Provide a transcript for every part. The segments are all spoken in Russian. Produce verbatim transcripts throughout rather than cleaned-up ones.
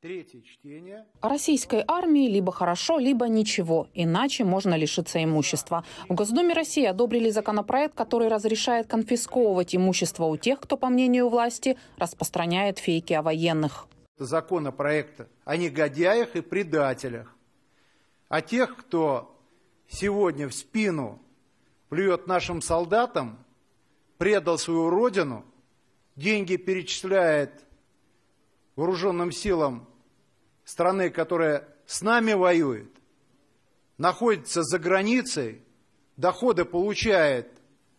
Российской армии либо хорошо, либо ничего, иначе можно лишиться имущества. В Госдуме России одобрили законопроект, который разрешает конфисковывать имущество у тех, кто, по мнению власти, распространяет фейки о военных. Законопроект о негодяях и предателях, о тех, кто сегодня в спину плюет нашим солдатам, предал свою родину, деньги перечисляет вооруженным силам страны, которая с нами воюет, находится за границей, доходы получает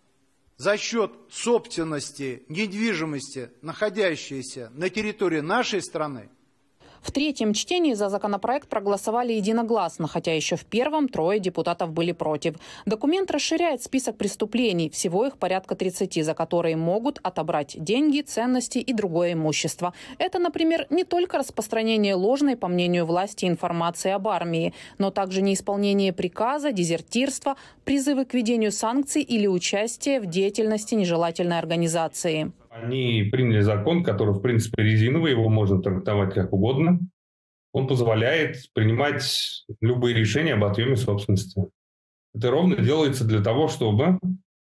за счет собственности, недвижимости, находящейся на территории нашей страны. В третьем чтении за законопроект проголосовали единогласно, хотя еще в первом трое депутатов были против. Документ расширяет список преступлений, всего их порядка тридцати, за которые могут отобрать деньги, ценности и другое имущество. Это, например, не только распространение ложной, по мнению власти, информации об армии, но также неисполнение приказа, дезертирство, призывы к введению санкций или участие в деятельности нежелательной организации. Они приняли закон, который, в принципе, резиновый, его можно трактовать как угодно. Он позволяет принимать любые решения об отъеме собственности. Это ровно делается для того, чтобы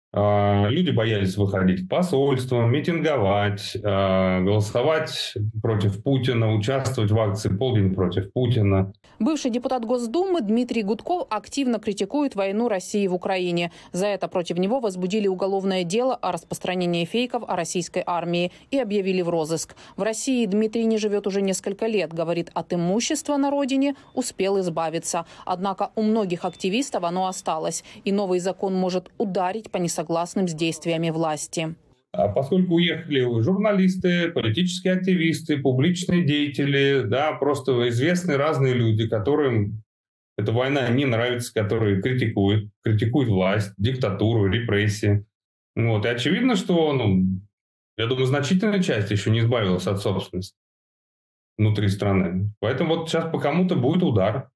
э, люди боялись выходить в посольство, митинговать, э, голосовать против Путина, участвовать в акции «Полдень против Путина». Бывший депутат Госдумы Дмитрий Гудков активно критикует войну России в Украине. За это против него возбудили уголовное дело о распространении фейков о российской армии и объявили в розыск. В России Дмитрий не живет уже несколько лет. Говорит, от имущества на родине успел избавиться. Однако у многих активистов оно осталось. И новый закон может ударить по несогласным с действиями власти. Поскольку уехали журналисты, политические активисты, публичные деятели, да, просто известные разные люди, которым эта война не нравится, которые критикуют, критикуют власть, диктатуру, репрессии. Вот. И очевидно, что, ну, я думаю, значительная часть еще не избавилась от собственности внутри страны. Поэтому вот сейчас по кому-то будет удар.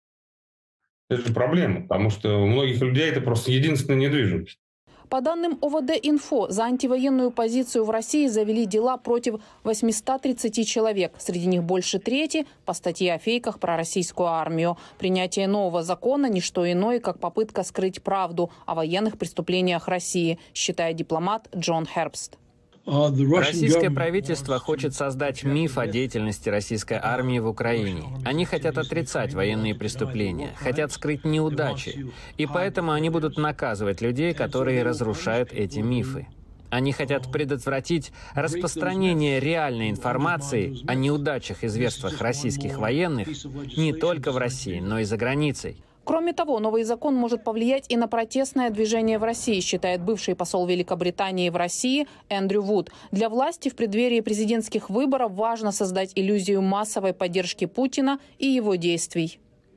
Это же проблема, потому что у многих людей это просто единственная недвижимость. По данным О В Д-Инфо, за антивоенную позицию в России завели дела против восьмисот тридцати человек. Среди них больше трети по статье о фейках про российскую армию. Принятие нового закона – не что иное, как попытка скрыть правду о военных преступлениях России, считает дипломат Джон Хербст. Российское правительство хочет создать миф о деятельности российской армии в Украине. Они хотят отрицать военные преступления, хотят скрыть неудачи. И поэтому они будут наказывать людей, которые разрушают эти мифы. Они хотят предотвратить распространение реальной информации о неудачах и зверствах российских военных не только в России, но и за границей. Кроме того, новый закон может повлиять и на протестное движение в России, считает бывший посол Великобритании в России Эндрю Вуд. Для власти в преддверии президентских выборов важно создать иллюзию массовой поддержки Путина и его действий.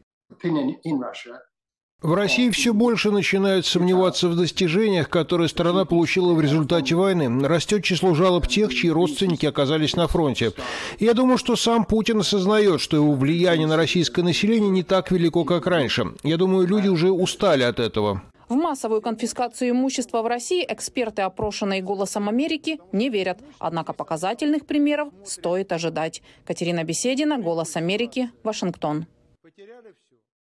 В России все больше начинают сомневаться в достижениях, которые страна получила в результате войны. Растет число жалоб тех, чьи родственники оказались на фронте. Я думаю, что сам Путин осознает, что его влияние на российское население не так велико, как раньше. Я думаю, люди уже устали от этого. В массовую конфискацию имущества в России эксперты, опрошенные «Голосом Америки», не верят. Однако показательных примеров стоит ожидать. Катерина Беседина, «Голос Америки», Вашингтон.